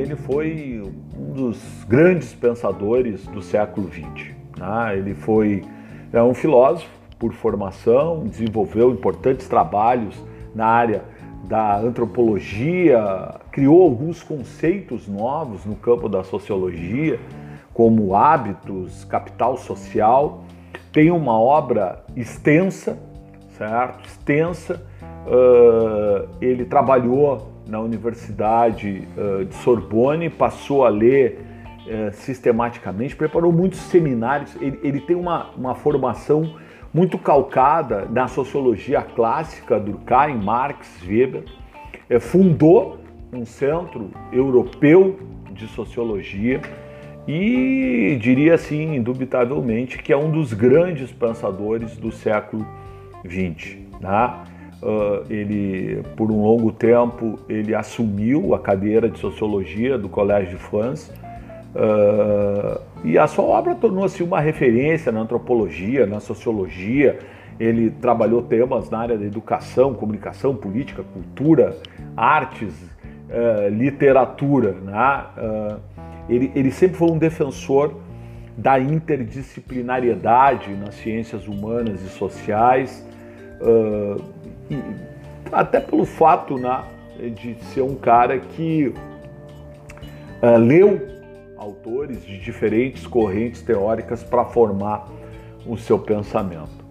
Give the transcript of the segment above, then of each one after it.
ele foi um dos grandes pensadores do século XX. Né? Ele é um filósofo por formação, desenvolveu importantes trabalhos na área da antropologia, criou alguns conceitos novos no campo da sociologia, como hábitos, capital social. Tem uma obra extensa, certo? Extensa. Ele trabalhou na Universidade de Sorbonne, passou a ler sistematicamente, preparou muitos seminários. Ele tem uma formação muito calcada na sociologia clássica, Durkheim, Marx, Weber. Fundou um centro europeu de sociologia e diria assim, indubitavelmente, que é um dos grandes pensadores do século XX. Né? Ele, por um longo tempo, ele assumiu a cadeira de sociologia do Collège de France, e a sua obra tornou-se uma referência na antropologia, na sociologia. Ele trabalhou temas na área da educação, comunicação, política, cultura, artes, literatura. Né? Ele sempre foi um defensor da interdisciplinariedade nas ciências humanas e sociais, e até pelo fato, né, de ser um cara que leu autores de diferentes correntes teóricas para formar o seu pensamento.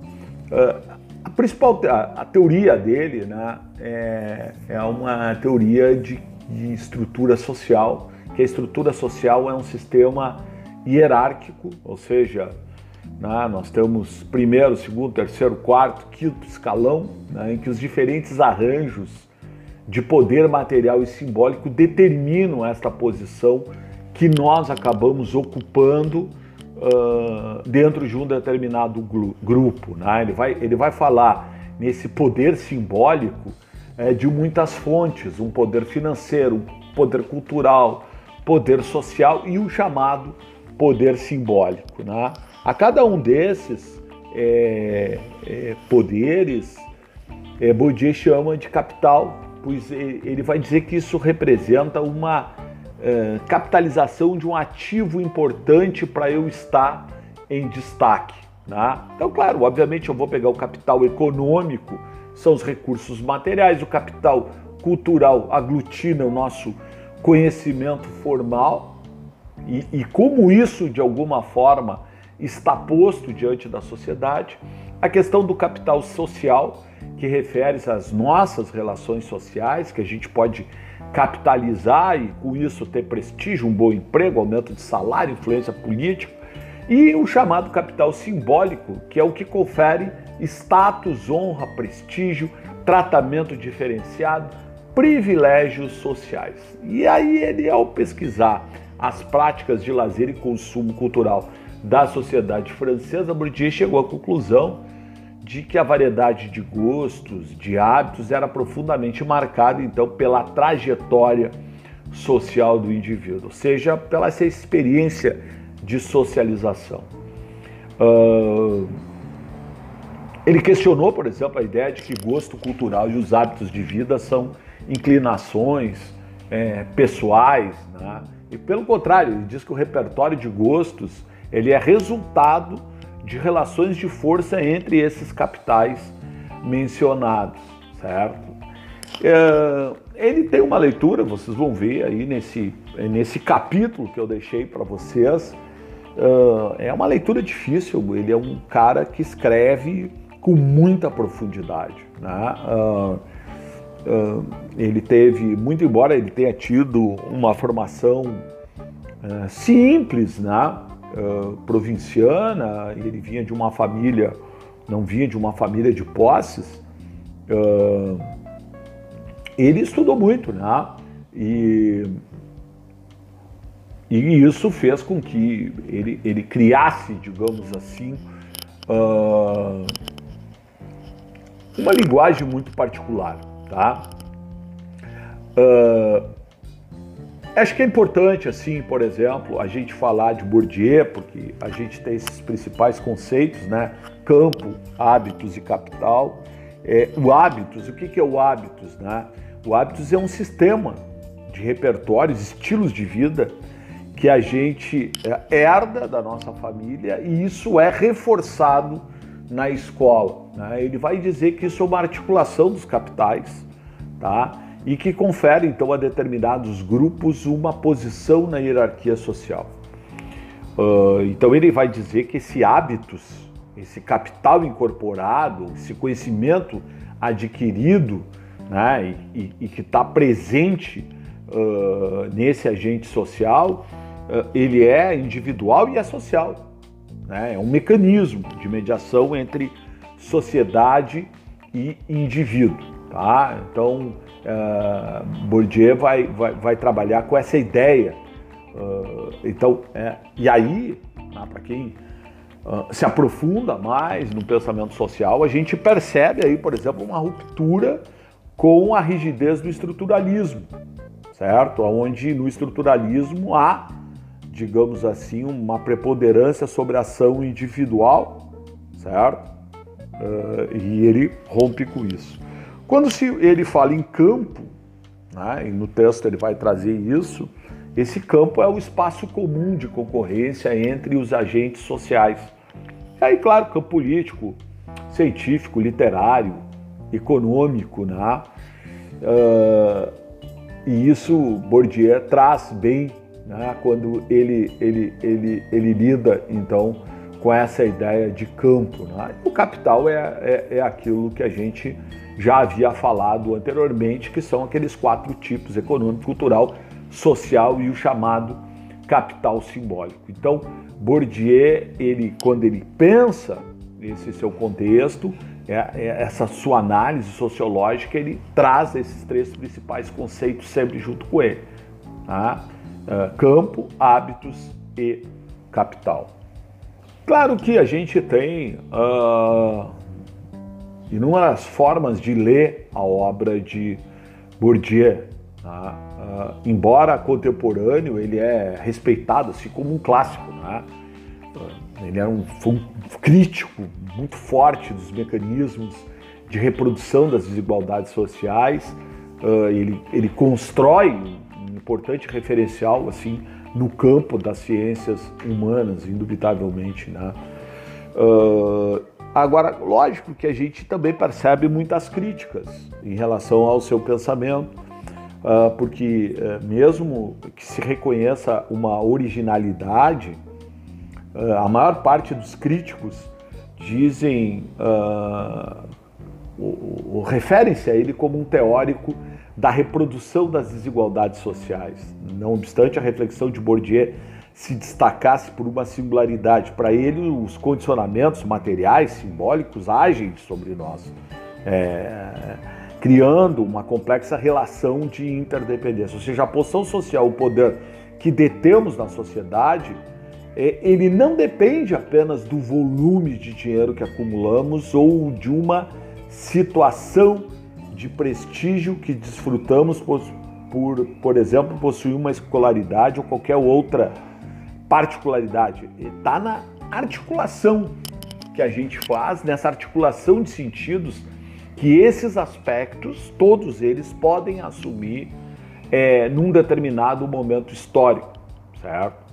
A teoria dele, né, é uma teoria de estrutura social, que a estrutura social é um sistema hierárquico, ou seja, né, nós temos primeiro, segundo, terceiro, quarto, quinto escalão, né, em que os diferentes arranjos de poder material e simbólico determinam esta posição que nós acabamos ocupando dentro de um determinado grupo. Né? Ele vai falar nesse poder simbólico de muitas fontes, um poder financeiro, um poder cultural, poder social e o chamado poder simbólico. Né? A cada um desses poderes, Bourdieu chama de capital, pois ele vai dizer que isso representa uma capitalização de um ativo importante para eu estar em destaque. Né? Então, claro, obviamente eu vou pegar o capital econômico, são os recursos materiais, o capital cultural aglutina o nosso conhecimento formal e como isso, de alguma forma, está posto diante da sociedade. A questão do capital social, que refere-se às nossas relações sociais, que a gente pode capitalizar e com isso ter prestígio, um bom emprego, aumento de salário, influência política, e o chamado capital simbólico, que é o que confere status, honra, prestígio, tratamento diferenciado, privilégios sociais. E aí ele, ao pesquisar as práticas de lazer e consumo cultural da sociedade francesa, Bourdieu chegou à conclusão de que a variedade de gostos, de hábitos, era profundamente marcada, então, pela trajetória social do indivíduo, ou seja, pela essa experiência de socialização. Ele questionou, por exemplo, a ideia de que gosto cultural e os hábitos de vida são inclinações pessoais, né? E, pelo contrário, ele diz que o repertório de gostos ele é resultado de relações de força entre esses capitais mencionados, certo? Ele tem uma leitura, vocês vão ver aí nesse capítulo que eu deixei para vocês, é uma leitura difícil. Ele é um cara que escreve com muita profundidade, né? Ele teve, muito embora ele tenha tido uma formação simples, né? Provinciana, ele vinha de uma família, não vinha de uma família de posses, ele estudou muito, né? E isso fez com que ele criasse, digamos assim, uma linguagem muito particular, tá? Acho que é importante, assim, por exemplo, a gente falar de Bourdieu, porque a gente tem esses principais conceitos, né? Campo, hábitos e capital. O que é o hábitos, né? O hábitos é um sistema de repertórios, estilos de vida que a gente herda da nossa família e isso é reforçado na escola, né? Ele vai dizer que isso é uma articulação dos capitais, tá? E que confere então a determinados grupos uma posição na hierarquia social. Então ele vai dizer que esse hábitos, esse capital incorporado, esse conhecimento adquirido, né, e que está presente nesse agente social, ele é individual e é social, né? É um mecanismo de mediação entre sociedade e indivíduo, tá? Então Bourdieu vai trabalhar com essa ideia. E aí, né, para quem se aprofunda mais no pensamento social, a gente percebe aí, por exemplo, uma ruptura com a rigidez do estruturalismo, certo? Onde no estruturalismo há, digamos assim, uma preponderância sobre a ação individual, certo? E ele rompe com isso. Quando ele fala em campo, né, e no texto ele vai trazer isso, esse campo é o espaço comum de concorrência entre os agentes sociais. E aí, claro, campo político, científico, literário, econômico, né? E isso Bourdieu traz bem, né, quando ele lida, então, com essa ideia de campo, né? O capital é aquilo que a gente já havia falado anteriormente, que são aqueles 4 tipos: econômico, cultural, social e o chamado capital simbólico. Então, Bourdieu, quando ele pensa esse seu contexto, essa sua análise sociológica, ele traz esses 3 principais conceitos sempre junto com ele, tá? Campo, hábitos e capital. Claro que a gente tem inúmeras formas de ler a obra de Bourdieu, tá? Embora contemporâneo, ele é respeitado assim como um clássico, né? Ele foi um crítico muito forte dos mecanismos de reprodução das desigualdades sociais. Ele constrói um importante referencial assim no campo das ciências humanas, indubitavelmente, né? Agora, lógico que a gente também percebe muitas críticas em relação ao seu pensamento, porque mesmo que se reconheça uma originalidade, a maior parte dos críticos dizem, referem-se a ele como um teórico da reprodução das desigualdades sociais. Não obstante a reflexão de Bourdieu se destacasse por uma singularidade, para ele os condicionamentos materiais, simbólicos, agem sobre nós, criando uma complexa relação de interdependência. Ou seja, a posição social, o poder que detemos na sociedade, ele não depende apenas do volume de dinheiro que acumulamos ou de uma situação de prestígio que desfrutamos por exemplo, possuir uma escolaridade ou qualquer outra particularidade. Está na articulação que a gente faz, nessa articulação de sentidos, que esses aspectos, todos eles, podem assumir num determinado momento histórico, certo?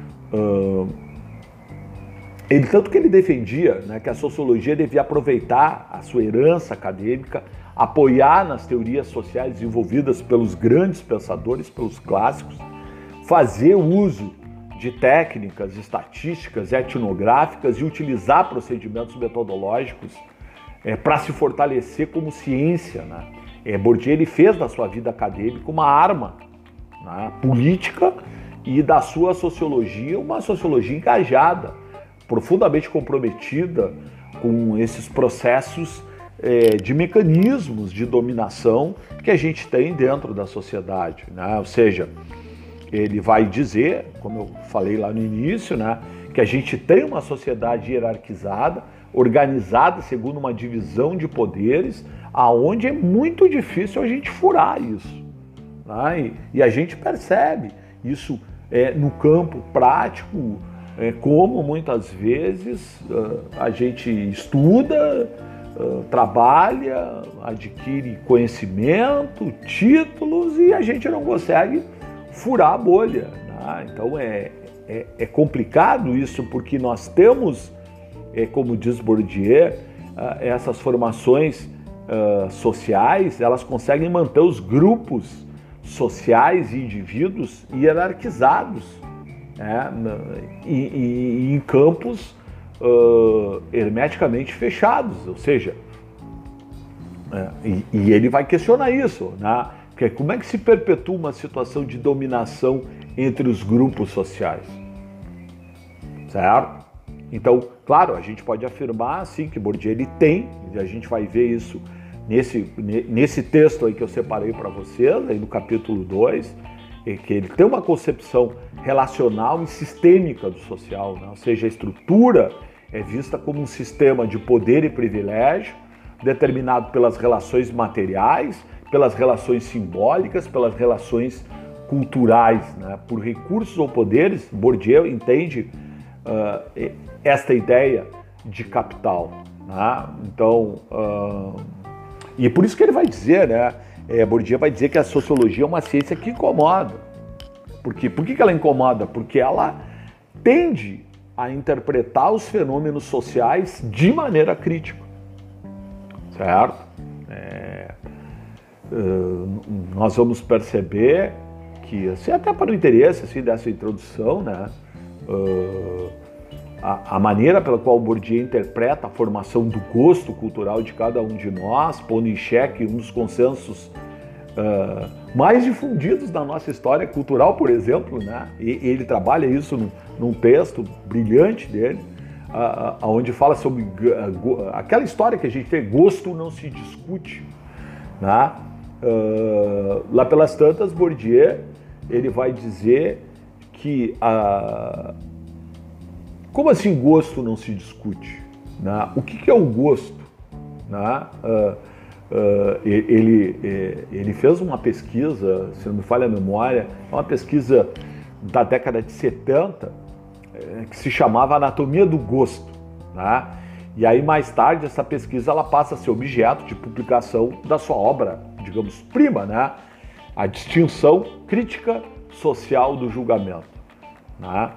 Tanto que ele defendia, né, que a sociologia devia aproveitar a sua herança acadêmica, apoiar nas teorias sociais desenvolvidas pelos grandes pensadores, pelos clássicos, fazer uso de técnicas estatísticas, etnográficas e utilizar procedimentos metodológicos para se fortalecer como ciência, né? Bourdieu ele fez da sua vida acadêmica uma arma, né, política, e da sua sociologia uma sociologia engajada, profundamente comprometida com esses processos de mecanismos de dominação que a gente tem dentro da sociedade, né? Ou seja, ele vai dizer, como eu falei lá no início, né, que a gente tem uma sociedade hierarquizada, organizada segundo uma divisão de poderes, aonde é muito difícil a gente furar isso, né? E a gente percebe isso no campo prático, como muitas vezes a gente estuda, trabalha, adquire conhecimento, títulos e a gente não consegue furar a bolha, né? Então é complicado isso porque nós temos, como diz Bourdieu, essas formações sociais, elas conseguem manter os grupos sociais e indivíduos hierarquizados, né? E em campos hermeticamente fechados, ou seja, e ele vai questionar isso, né? Porque como é que se perpetua uma situação de dominação entre os grupos sociais, certo? Então, claro, a gente pode afirmar sim que Bourdieu ele tem, e a gente vai ver isso nesse texto aí que eu separei para vocês, aí no capítulo 2, que ele tem uma concepção relacional e sistêmica do social, né? Ou seja, a estrutura é vista como um sistema de poder e privilégio, determinado pelas relações materiais, pelas relações simbólicas, pelas relações culturais, né? Por recursos ou poderes. Bourdieu entende esta ideia de capital, né? Então, e por isso que ele vai dizer, né? Bourdieu vai dizer que a sociologia é uma ciência que incomoda. Por quê? Por que ela incomoda? Porque ela tende a interpretar os fenômenos sociais de maneira crítica, certo? Nós vamos perceber que, assim, até para o interesse assim, dessa introdução, né? A maneira pela qual Bourdieu interpreta a formação do gosto cultural de cada um de nós, pondo em xeque um dos consensos mais difundidos da nossa história cultural, por exemplo, né? E ele trabalha isso num texto brilhante dele, onde fala sobre aquela história que a gente tem, gosto não se discute, né? Lá pelas tantas, Bourdieu ele vai dizer que como assim gosto não se discute, né? O que é o gosto, né? Ele fez uma pesquisa, se não me falha a memória, uma pesquisa da década de 70, que se chamava Anatomia do Gosto, né? E aí mais tarde essa pesquisa ela passa a ser objeto de publicação da sua obra, digamos, prima, né? A distinção crítica social do julgamento, né?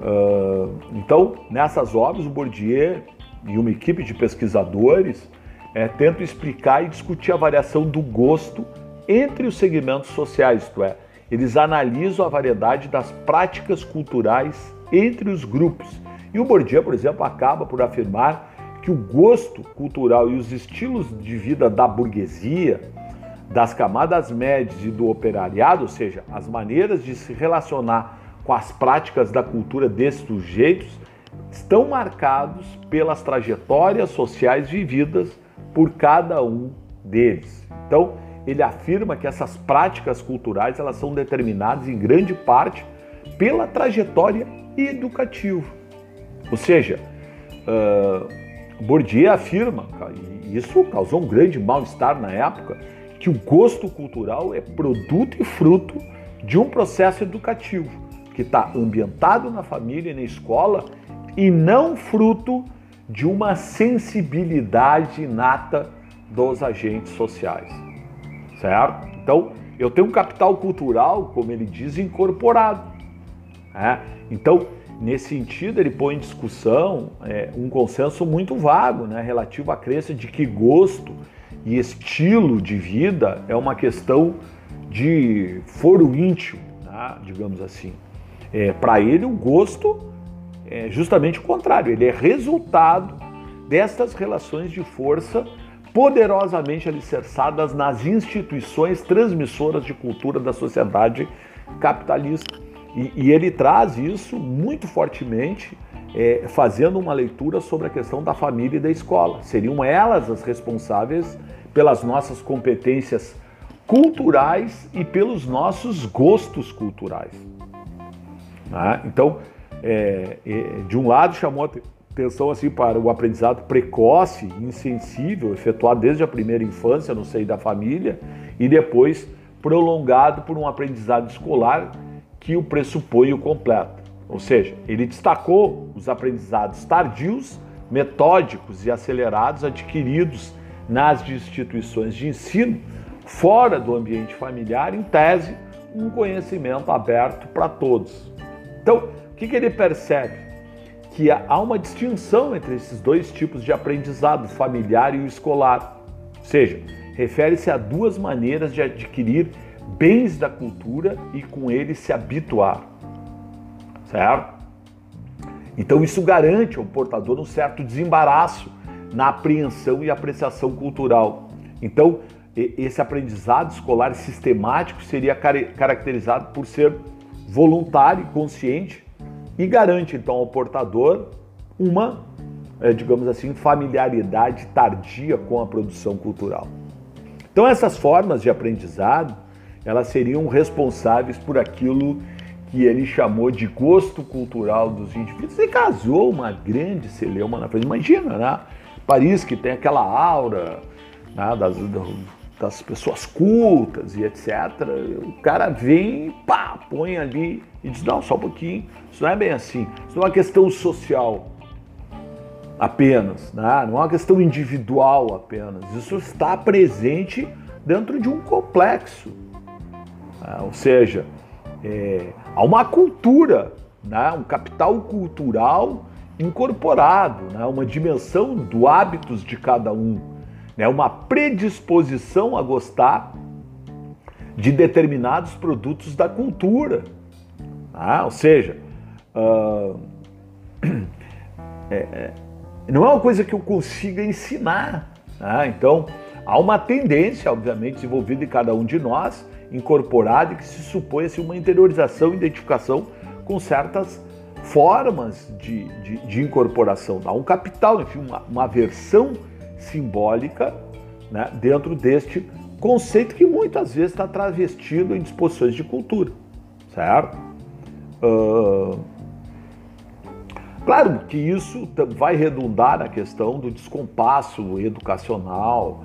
Então, nessas obras, o Bourdieu e uma equipe de pesquisadores tentam explicar e discutir a variação do gosto entre os segmentos sociais, isto é, eles analisam a variedade das práticas culturais entre os grupos. E o Bourdieu, por exemplo, acaba por afirmar que o gosto cultural e os estilos de vida da burguesia, das camadas médias e do operariado, ou seja, as maneiras de se relacionar com as práticas da cultura desses sujeitos, estão marcados pelas trajetórias sociais vividas por cada um deles. Então, ele afirma que essas práticas culturais elas são determinadas em grande parte pela trajetória educativa. Ou seja, Bourdieu afirma, e isso causou um grande mal-estar na época, que o gosto cultural é produto e fruto de um processo educativo que está ambientado na família e na escola e não fruto de uma sensibilidade inata dos agentes sociais, certo? Então, eu tenho um capital cultural, como ele diz, incorporado, né? Então, nesse sentido, ele põe em discussão um consenso muito vago, né, relativo à crença de que gosto e estilo de vida é uma questão de foro íntimo, né, digamos assim. Para ele, o gosto é justamente o contrário, ele é resultado destas relações de força poderosamente alicerçadas nas instituições transmissoras de cultura da sociedade capitalista. E ele traz isso muito fortemente, fazendo uma leitura sobre a questão da família e da escola. Seriam elas as responsáveis pelas nossas competências culturais e pelos nossos gostos culturais. Então, de um lado, chamou atenção assim, para o aprendizado precoce, insensível, efetuado desde a primeira infância no seio da família e depois prolongado por um aprendizado escolar que o pressupõe o completo. Ou seja, ele destacou os aprendizados tardios metódicos e acelerados adquiridos nas instituições de ensino, fora do ambiente familiar, em tese, um conhecimento aberto para todos. Então, o que ele percebe? Que há uma distinção entre esses dois tipos de aprendizado, familiar e o escolar. Ou seja, refere-se a duas maneiras de adquirir bens da cultura e com eles se habituar. Certo? Então isso garante ao portador um certo desembaraço na apreensão e apreciação cultural. Então, esse aprendizado escolar sistemático seria caracterizado por ser voluntário e consciente e garante, então, ao portador uma, digamos assim, familiaridade tardia com a produção cultural. Então, essas formas de aprendizado, elas seriam responsáveis por aquilo que ele chamou de gosto cultural dos indivíduos e casou uma grande celeuma na frente. Imagina, né? Paris, que tem aquela aura, né, das pessoas cultas e etc. O cara vem e pá, põe ali e diz, não, só um pouquinho, isso não é bem assim. Isso não é uma questão social apenas, né? Não é uma questão individual apenas. Isso está presente dentro de um complexo. Ou seja, há uma cultura, né? Um capital cultural incorporado, né? Uma dimensão do hábitos de cada um, né? Uma predisposição a gostar de determinados produtos da cultura. Ou seja, não é uma coisa que eu consiga ensinar. Então, há uma tendência, obviamente, desenvolvida em cada um de nós, incorporada, e que se supõe assim, uma interiorização, identificação com certas formas de incorporação. Há um capital, enfim, uma versão simbólica, né, dentro deste conceito que muitas vezes está travestido em disposições de cultura, certo? Claro que isso vai redundar na questão do descompasso educacional.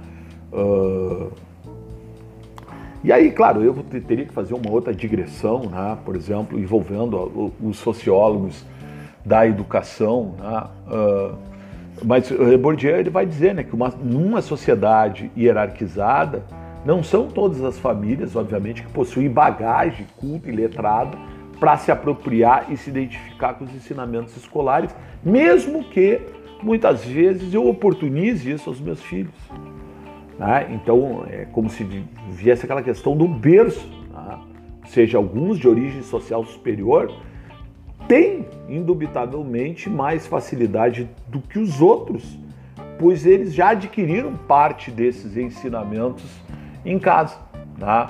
E aí, claro, eu teria que fazer uma outra digressão, né? Por exemplo, envolvendo os sociólogos da educação, né? Mas Bourdieu ele vai dizer, né, que numa sociedade hierarquizada, não são todas as famílias, obviamente, que possuem bagagem culta e letrada para se apropriar e se identificar com os ensinamentos escolares, mesmo que, muitas vezes, eu oportunize isso aos meus filhos. Né? Então, é como se viesse aquela questão do berço. Né? Ou seja, alguns de origem social superior têm, indubitavelmente, mais facilidade do que os outros, pois eles já adquiriram parte desses ensinamentos em casa. Né?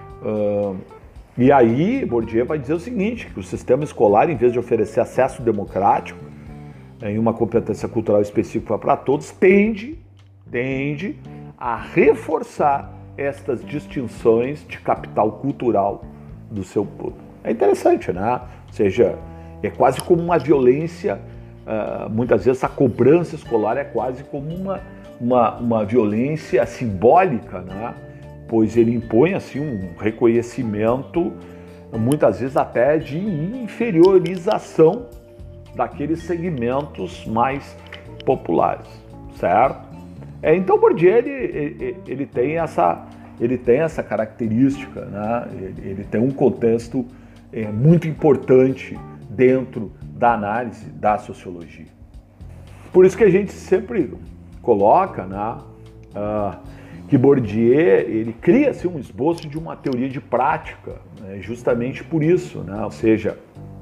E aí, Bourdieu vai dizer o seguinte, que o sistema escolar, em vez de oferecer acesso democrático em uma competência cultural específica para todos, tende a reforçar estas distinções de capital cultural do seu povo. É interessante, né? Ou seja, é quase como uma violência, muitas vezes a cobrança escolar é quase como uma violência simbólica, né? Pois ele impõe assim, um reconhecimento, muitas vezes até de inferiorização daqueles segmentos mais populares, certo? Então, Bourdieu ele tem essa característica, né? Ele tem um contexto muito importante dentro da análise da sociologia. Por isso que a gente sempre coloca, né, que Bourdieu ele cria assim, um esboço de uma teoria de prática, né, justamente por isso, né? Ou seja,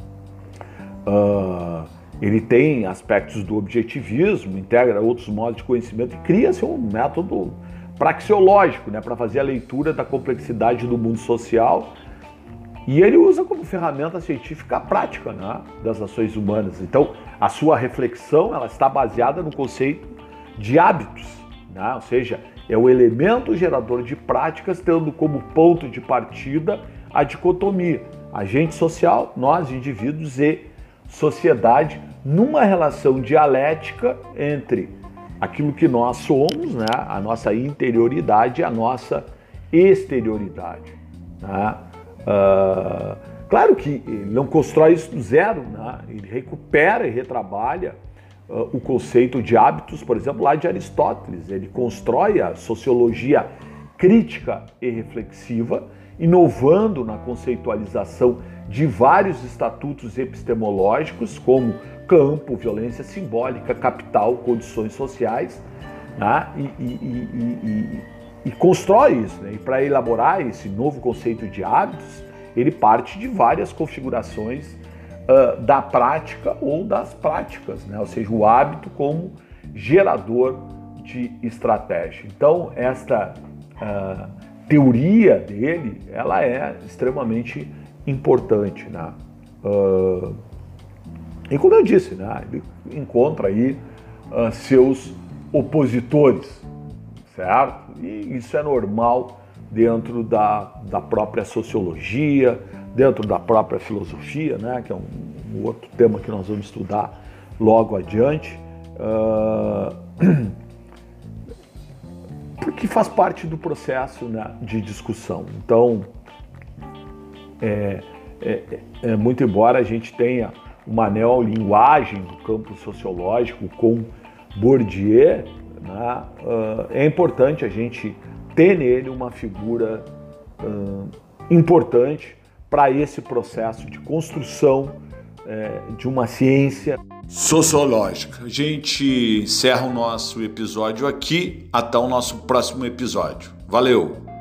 ele tem aspectos do objetivismo, integra outros modos de conhecimento e cria-se um método praxeológico, né, para fazer a leitura da complexidade do mundo social, e ele usa como ferramenta científica a prática, né, das ações humanas. Então, a sua reflexão ela está baseada no conceito de hábitos, né, ou seja, é o elemento gerador de práticas, tendo como ponto de partida a dicotomia agente social, nós, indivíduos, e sociedade, numa relação dialética entre aquilo que nós somos, né, a nossa interioridade e a nossa exterioridade. Né? Claro que ele não constrói isso do zero, né? Ele recupera e retrabalha o conceito de hábitos, por exemplo, lá de Aristóteles. Ele constrói a sociologia crítica e reflexiva, inovando na conceitualização de vários estatutos epistemológicos, como campo, violência simbólica, capital, condições sociais, né? E constrói isso, né? E para elaborar esse novo conceito de hábitos, ele parte de várias configurações da prática ou das práticas, né? Ou seja, o hábito como gerador de estratégia. Então, esta teoria dele, ela é extremamente importante, né? E como eu disse, né? Ele encontra aí seus opositores, certo? E isso é normal dentro da própria sociologia, dentro da própria filosofia, né? Que é um outro tema que nós vamos estudar logo adiante, porque faz parte do processo, né, de discussão. Então, muito embora a gente tenha uma neolinguagem do campo sociológico com Bourdieu, né, é importante a gente ter nele uma figura importante para esse processo de construção de uma ciência sociológica. A gente encerra o nosso episódio aqui. Até o nosso próximo episódio. Valeu!